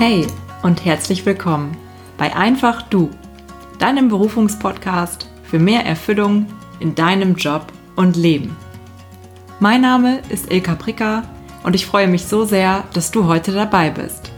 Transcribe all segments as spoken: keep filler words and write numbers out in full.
Hey und herzlich willkommen bei Einfach Du, deinem Berufungspodcast für mehr Erfüllung in deinem Job und Leben. Mein Name ist Ilka Pricker und ich freue mich so sehr, dass du heute dabei bist.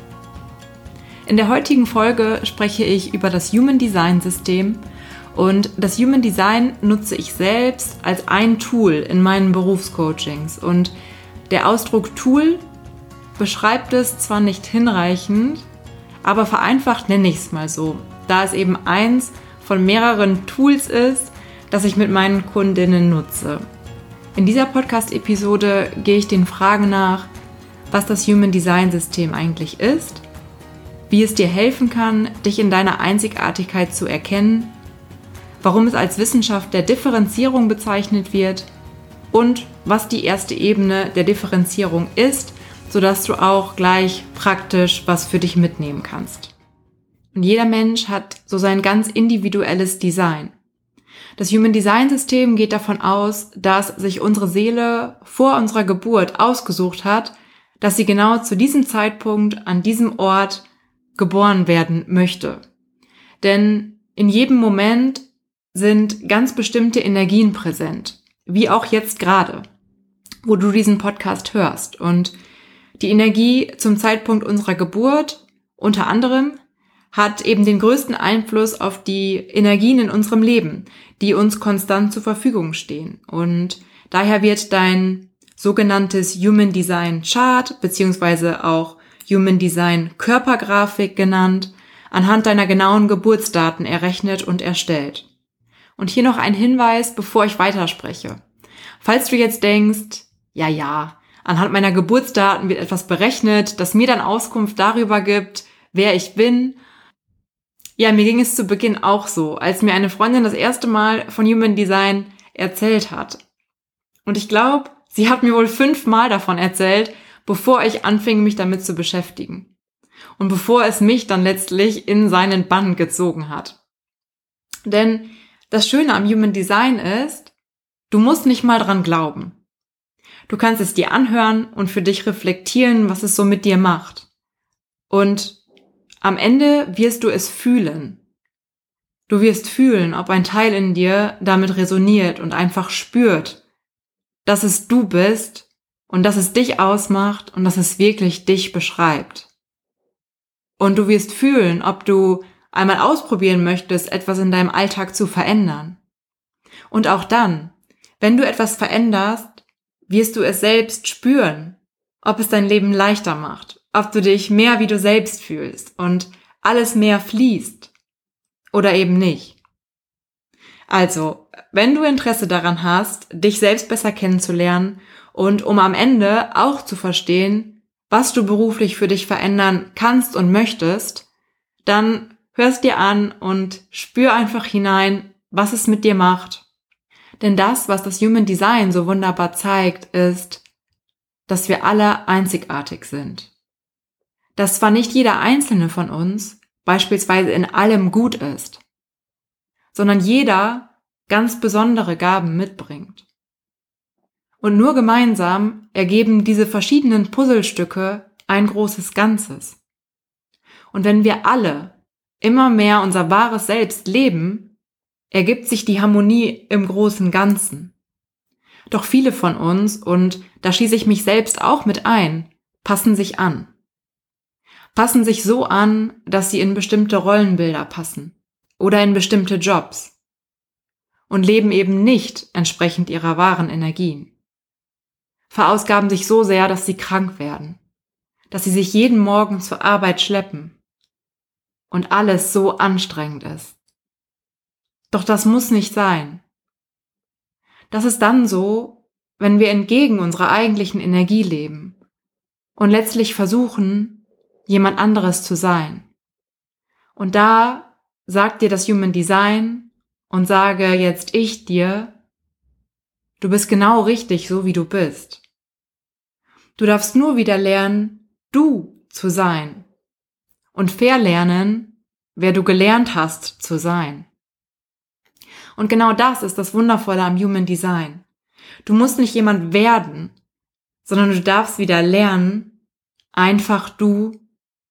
In der heutigen Folge spreche ich über das Human Design System und das Human Design nutze ich selbst als ein Tool in meinen Berufscoachings und der Ausdruck Tool beschreibt es zwar nicht hinreichend, aber vereinfacht nenne ich es mal so, da es eben eins von mehreren Tools ist, das ich mit meinen Kundinnen nutze. In dieser Podcast-Episode gehe ich den Fragen nach, was das Human Design System eigentlich ist, wie es dir helfen kann, dich in deiner Einzigartigkeit zu erkennen, warum es als Wissenschaft der Differenzierung bezeichnet wird und was die erste Ebene der Differenzierung ist, sodass du auch gleich praktisch was für dich mitnehmen kannst. Und jeder Mensch hat so sein ganz individuelles Design. Das Human Design System geht davon aus, dass sich unsere Seele vor unserer Geburt ausgesucht hat, dass sie genau zu diesem Zeitpunkt an diesem Ort geboren werden möchte. Denn in jedem Moment sind ganz bestimmte Energien präsent, wie auch jetzt gerade, wo du diesen Podcast hörst. Und die Energie zum Zeitpunkt unserer Geburt, unter anderem, hat eben den größten Einfluss auf die Energien in unserem Leben, die uns konstant zur Verfügung stehen. Und daher wird dein sogenanntes Human Design Chart beziehungsweise auch Human Design Körpergrafik genannt, anhand deiner genauen Geburtsdaten errechnet und erstellt. Und hier noch ein Hinweis, bevor ich weiterspreche. Falls du jetzt denkst, ja, ja, anhand meiner Geburtsdaten wird etwas berechnet, das mir dann Auskunft darüber gibt, wer ich bin. Ja, mir ging es zu Beginn auch so, als mir eine Freundin das erste Mal von Human Design erzählt hat. Und ich glaube, sie hat mir wohl fünfmal davon erzählt, bevor ich anfing, mich damit zu beschäftigen. Und bevor es mich dann letztlich in seinen Bann gezogen hat. Denn das Schöne am Human Design ist, du musst nicht mal dran glauben. Du kannst es dir anhören und für dich reflektieren, was es so mit dir macht. Und am Ende wirst du es fühlen. Du wirst fühlen, ob ein Teil in dir damit resoniert und einfach spürt, dass es du bist und dass es dich ausmacht und dass es wirklich dich beschreibt. Und du wirst fühlen, ob du einmal ausprobieren möchtest, etwas in deinem Alltag zu verändern. Und auch dann, wenn du etwas veränderst, wirst du es selbst spüren, ob es dein Leben leichter macht, ob du dich mehr wie du selbst fühlst und alles mehr fließt oder eben nicht. Also, wenn du Interesse daran hast, dich selbst besser kennenzulernen und um am Ende auch zu verstehen, was du beruflich für dich verändern kannst und möchtest, dann hörst dir an und spür einfach hinein, was es mit dir macht. Denn das, was das Human Design so wunderbar zeigt, ist, dass wir alle einzigartig sind. Dass zwar nicht jeder einzelne von uns beispielsweise in allem gut ist, sondern jeder ganz besondere Gaben mitbringt. Und nur gemeinsam ergeben diese verschiedenen Puzzlestücke ein großes Ganzes. Und wenn wir alle immer mehr unser wahres Selbst leben, ergibt sich die Harmonie im großen Ganzen. Doch viele von uns, und da schließe ich mich selbst auch mit ein, passen sich an. Passen sich so an, dass sie in bestimmte Rollenbilder passen oder in bestimmte Jobs und leben eben nicht entsprechend ihrer wahren Energien. Verausgaben sich so sehr, dass sie krank werden, dass sie sich jeden Morgen zur Arbeit schleppen und alles so anstrengend ist. Doch das muss nicht sein. Das ist dann so, wenn wir entgegen unserer eigentlichen Energie leben und letztlich versuchen, jemand anderes zu sein. Und da sagt dir das Human Design und sage jetzt ich dir, du bist genau richtig, so wie du bist. Du darfst nur wieder lernen, du zu sein und verlernen, wer du gelernt hast zu sein. Und genau das ist das Wundervolle am Human Design. Du musst nicht jemand werden, sondern du darfst wieder lernen, einfach du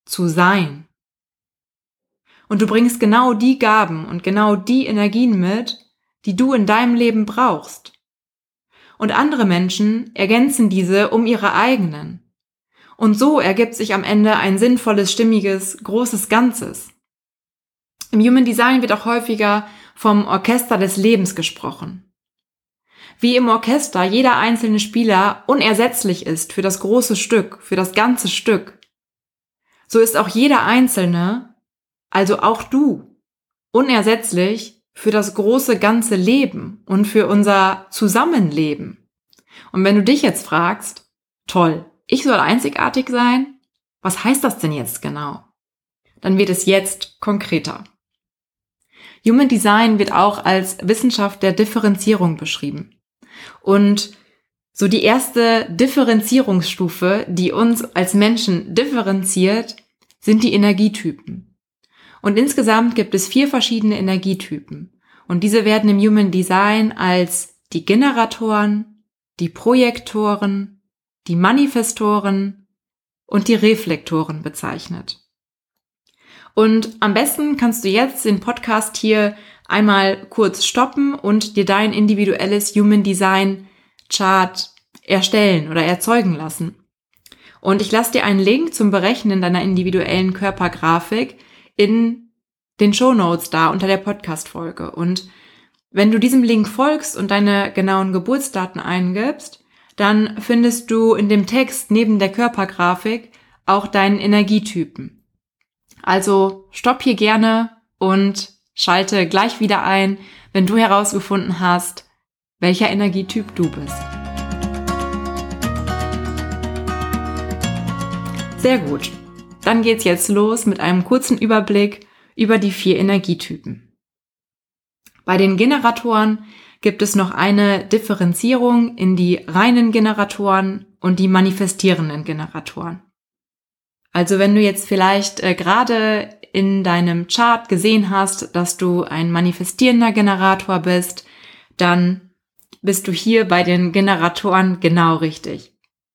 zu sein. Und du bringst genau die Gaben und genau die Energien mit, die du in deinem Leben brauchst. Und andere Menschen ergänzen diese um ihre eigenen. Und so ergibt sich am Ende ein sinnvolles, stimmiges, großes Ganzes. Im Human Design wird auch häufiger vom Orchester des Lebens gesprochen. Wie im Orchester jeder einzelne Spieler unersetzlich ist für das große Stück, für das ganze Stück, so ist auch jeder Einzelne, also auch du, unersetzlich für das große ganze Leben und für unser Zusammenleben. Und wenn du dich jetzt fragst, toll, ich soll einzigartig sein? Was heißt das denn jetzt genau? Dann wird es jetzt konkreter. Human Design wird auch als Wissenschaft der Differenzierung beschrieben. Und so die erste Differenzierungsstufe, die uns als Menschen differenziert, sind die Energietypen. Und insgesamt gibt es vier verschiedene Energietypen. Und diese werden im Human Design als die Generatoren, die Projektoren, die Manifestoren und die Reflektoren bezeichnet. Und am besten kannst du jetzt den Podcast hier einmal kurz stoppen und dir dein individuelles Human Design Chart erstellen oder erzeugen lassen. Und ich lasse dir einen Link zum Berechnen deiner individuellen Körpergrafik in den Shownotes da unter der Podcast-Folge. Und wenn du diesem Link folgst und deine genauen Geburtsdaten eingibst, dann findest du in dem Text neben der Körpergrafik auch deinen Energietypen. Also stopp hier gerne und schalte gleich wieder ein, wenn du herausgefunden hast, welcher Energietyp du bist. Sehr gut. Dann geht's jetzt los mit einem kurzen Überblick über die vier Energietypen. Bei den Generatoren gibt es noch eine Differenzierung in die reinen Generatoren und die manifestierenden Generatoren. Also wenn du jetzt vielleicht äh, gerade in deinem Chart gesehen hast, dass du ein manifestierender Generator bist, dann bist du hier bei den Generatoren genau richtig.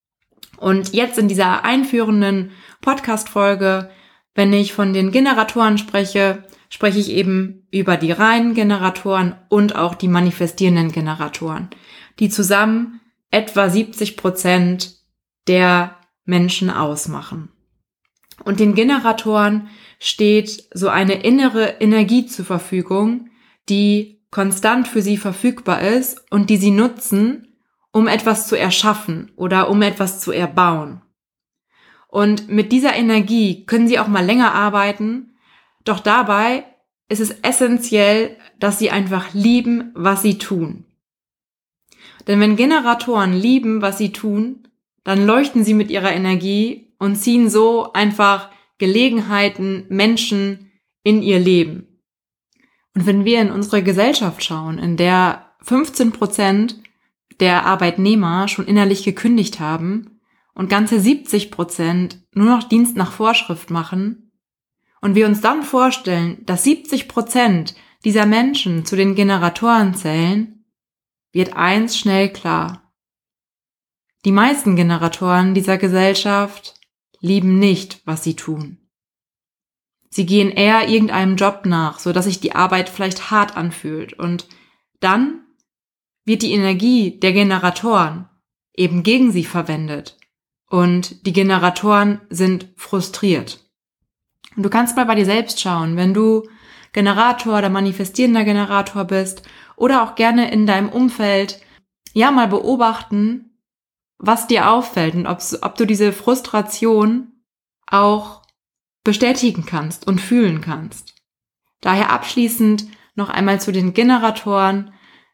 Und jetzt in dieser einführenden Podcast-Folge, wenn ich von den Generatoren spreche, spreche ich eben über die reinen Generatoren und auch die manifestierenden Generatoren, die zusammen etwa siebzig Prozent der Menschen ausmachen. Und den Generatoren steht so eine innere Energie zur Verfügung, die konstant für sie verfügbar ist und die sie nutzen, um etwas zu erschaffen oder um etwas zu erbauen. Und mit dieser Energie können sie auch mal länger arbeiten, doch dabei ist es essentiell, dass sie einfach lieben, was sie tun. Denn wenn Generatoren lieben, was sie tun, dann leuchten sie mit ihrer Energie und ziehen so einfach Gelegenheiten, Menschen in ihr Leben. Und wenn wir in unsere Gesellschaft schauen, in der fünfzehn Prozent der Arbeitnehmer schon innerlich gekündigt haben und ganze siebzig Prozent nur noch Dienst nach Vorschrift machen, und wir uns dann vorstellen, dass siebzig Prozent dieser Menschen zu den Generatoren zählen, wird eins schnell klar. Die meisten Generatoren dieser Gesellschaft lieben nicht, was sie tun. Sie gehen eher irgendeinem Job nach, so dass sich die Arbeit vielleicht hart anfühlt, und dann wird die Energie der Generatoren eben gegen sie verwendet und die Generatoren sind frustriert. Und du kannst mal bei dir selbst schauen, wenn du Generator oder manifestierender Generator bist oder auch gerne in deinem Umfeld, ja, mal beobachten, was dir auffällt und ob, ob du diese Frustration auch bestätigen kannst und fühlen kannst. Daher abschließend noch einmal zu den Generatoren.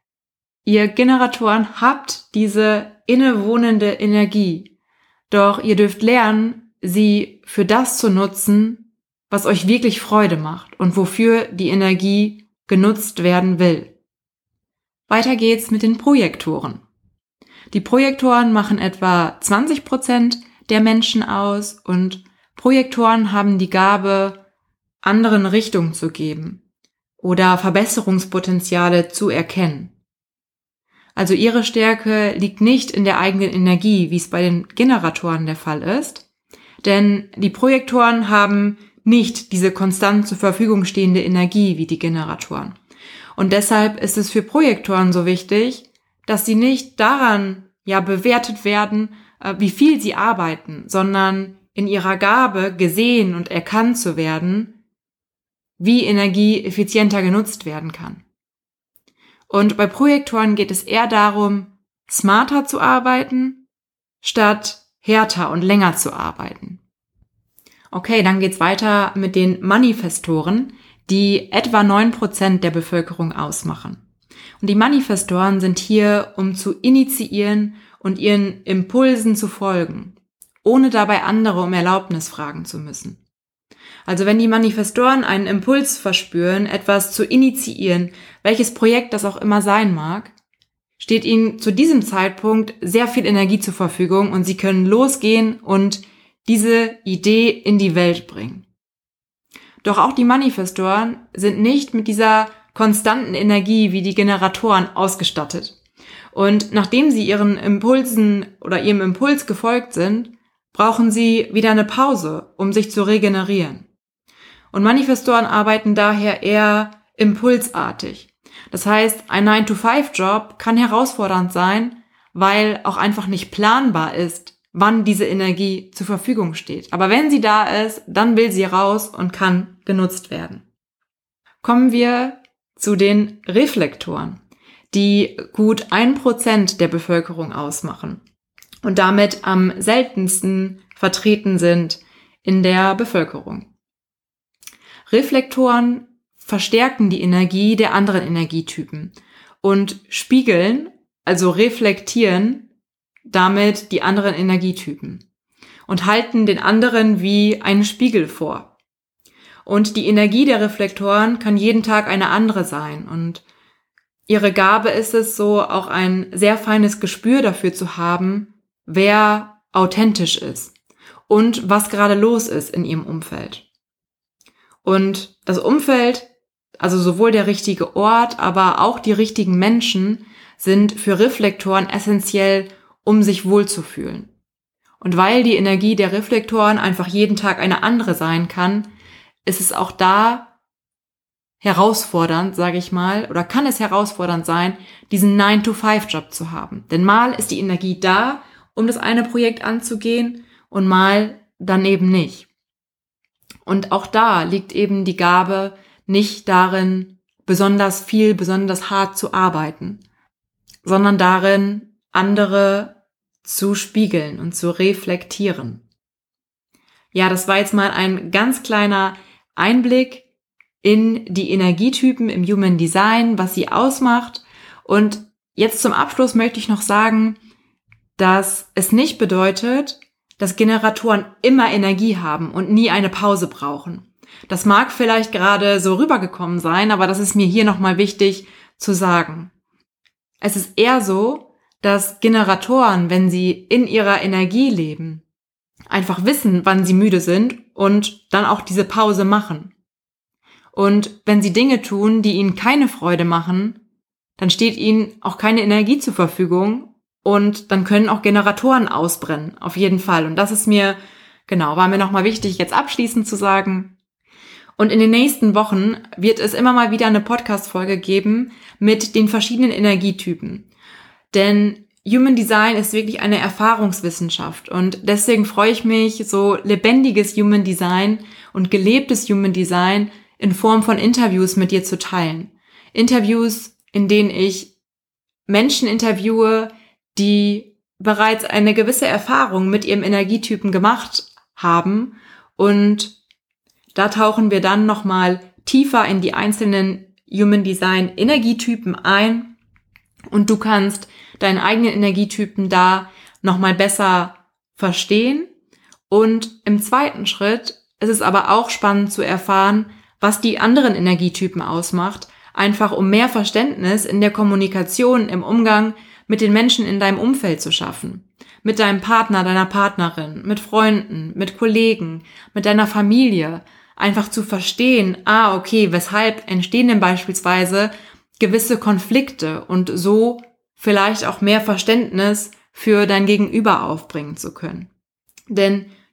Ihr Generatoren habt diese innewohnende Energie, doch ihr dürft lernen, sie für das zu nutzen, was euch wirklich Freude macht und wofür die Energie genutzt werden will. Weiter geht's mit den Projektoren. Die Projektoren machen etwa zwanzig Prozent der Menschen aus und Projektoren haben die Gabe, anderen Richtung zu geben oder Verbesserungspotenziale zu erkennen. Also ihre Stärke liegt nicht in der eigenen Energie, wie es bei den Generatoren der Fall ist. Denn die Projektoren haben nicht diese konstant zur Verfügung stehende Energie wie die Generatoren. Und deshalb ist es für Projektoren so wichtig, dass sie nicht daran ja bewertet werden, wie viel sie arbeiten, sondern in ihrer Gabe gesehen und erkannt zu werden, wie Energie effizienter genutzt werden kann. Und bei Projektoren geht es eher darum, smarter zu arbeiten, statt härter und länger zu arbeiten. Okay, dann geht's weiter mit den Manifestoren, die etwa neun Prozent der Bevölkerung ausmachen. Und die Manifestoren sind hier, um zu initiieren und ihren Impulsen zu folgen, ohne dabei andere um Erlaubnis fragen zu müssen. Also wenn die Manifestoren einen Impuls verspüren, etwas zu initiieren, welches Projekt das auch immer sein mag, steht ihnen zu diesem Zeitpunkt sehr viel Energie zur Verfügung und sie können losgehen und diese Idee in die Welt bringen. Doch auch die Manifestoren sind nicht mit dieser konstanten Energie wie die Generatoren ausgestattet. Und nachdem sie ihren Impulsen oder ihrem Impuls gefolgt sind, brauchen sie wieder eine Pause, um sich zu regenerieren. Und Manifestoren arbeiten daher eher impulsartig. Das heißt, ein nine to five Job kann herausfordernd sein, weil auch einfach nicht planbar ist, wann diese Energie zur Verfügung steht. Aber wenn sie da ist, dann will sie raus und kann genutzt werden. Kommen wir zu den Reflektoren, die gut ein Prozent der Bevölkerung ausmachen und damit am seltensten vertreten sind in der Bevölkerung. Reflektoren verstärken die Energie der anderen Energietypen und spiegeln, also reflektieren, damit die anderen Energietypen und halten den anderen wie einen Spiegel vor. Und die Energie der Reflektoren kann jeden Tag eine andere sein und ihre Gabe ist es so, auch ein sehr feines Gespür dafür zu haben, wer authentisch ist und was gerade los ist in ihrem Umfeld. Und das Umfeld, also sowohl der richtige Ort, aber auch die richtigen Menschen sind für Reflektoren essentiell, um sich wohlzufühlen. Und weil die Energie der Reflektoren einfach jeden Tag eine andere sein kann, ist es auch da herausfordernd, sage ich mal, oder kann es herausfordernd sein, diesen nine to five Job zu haben. Denn mal ist die Energie da, um das eine Projekt anzugehen und mal dann eben nicht. Und auch da liegt eben die Gabe nicht darin, besonders viel, besonders hart zu arbeiten, sondern darin, andere zu spiegeln und zu reflektieren. Ja, das war jetzt mal ein ganz kleiner Einblick in die Energietypen im Human Design, was sie ausmacht. Und jetzt zum Abschluss möchte ich noch sagen, dass es nicht bedeutet, dass Generatoren immer Energie haben und nie eine Pause brauchen. Das mag vielleicht gerade so rübergekommen sein, aber das ist mir hier nochmal wichtig zu sagen. Es ist eher so, dass Generatoren, wenn sie in ihrer Energie leben, einfach wissen, wann sie müde sind und dann auch diese Pause machen. Und wenn sie Dinge tun, die ihnen keine Freude machen, dann steht ihnen auch keine Energie zur Verfügung und dann können auch Generatoren ausbrennen, auf jeden Fall. Und das ist mir, genau, war mir nochmal wichtig, jetzt abschließend zu sagen. Und in den nächsten Wochen wird es immer mal wieder eine Podcast-Folge geben mit den verschiedenen Energietypen. Denn Human Design ist wirklich eine Erfahrungswissenschaft und deswegen freue ich mich, so lebendiges Human Design und gelebtes Human Design in Form von Interviews mit dir zu teilen. Interviews, in denen ich Menschen interviewe, die bereits eine gewisse Erfahrung mit ihrem Energietypen gemacht haben und da tauchen wir dann nochmal tiefer in die einzelnen Human Design Energietypen ein und du kannst deinen eigenen Energietypen da nochmal besser verstehen. Und im zweiten Schritt ist es aber auch spannend zu erfahren, was die anderen Energietypen ausmacht, einfach um mehr Verständnis in der Kommunikation, im Umgang mit den Menschen in deinem Umfeld zu schaffen. Mit deinem Partner, deiner Partnerin, mit Freunden, mit Kollegen, mit deiner Familie. Einfach zu verstehen, ah, okay, weshalb entstehen denn beispielsweise gewisse Konflikte und so vielleicht auch mehr Verständnis für dein Gegenüber aufbringen zu können. Denn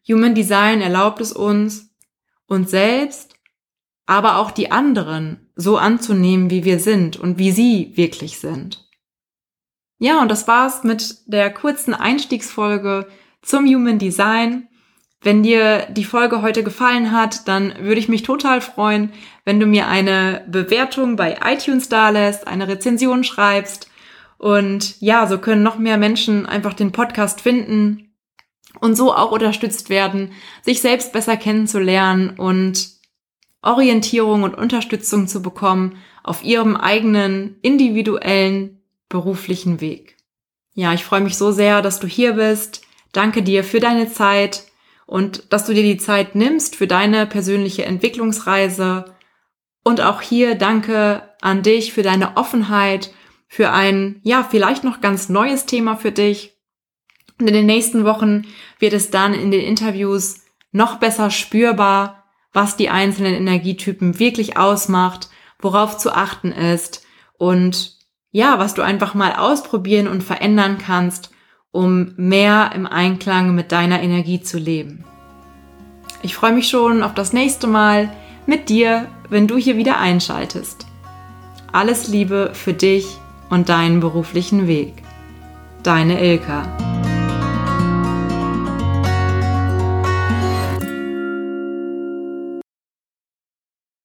Human Design erlaubt es uns, uns selbst, aber auch die anderen so anzunehmen, wie wir sind und wie sie wirklich sind. Ja, und das war's mit der kurzen Einstiegsfolge zum Human Design. Wenn dir die Folge heute gefallen hat, dann würde ich mich total freuen, wenn du mir eine Bewertung bei iTunes dalässt, eine Rezension schreibst. Und ja, so können noch mehr Menschen einfach den Podcast finden und so auch unterstützt werden, sich selbst besser kennenzulernen und Orientierung und Unterstützung zu bekommen auf ihrem eigenen individuellen beruflichen Weg. Ja, ich freue mich so sehr, dass du hier bist. Danke dir für deine Zeit und dass du dir die Zeit nimmst für deine persönliche Entwicklungsreise. Und auch hier danke an dich für deine Offenheit, für ein, ja, vielleicht noch ganz neues Thema für dich. Und in den nächsten Wochen wird es dann in den Interviews noch besser spürbar, was die einzelnen Energietypen wirklich ausmacht, worauf zu achten ist und ja, was du einfach mal ausprobieren und verändern kannst, um mehr im Einklang mit deiner Energie zu leben. Ich freue mich schon auf das nächste Mal mit dir, wenn du hier wieder einschaltest. Alles Liebe für dich und deinen beruflichen Weg. Deine Ilka.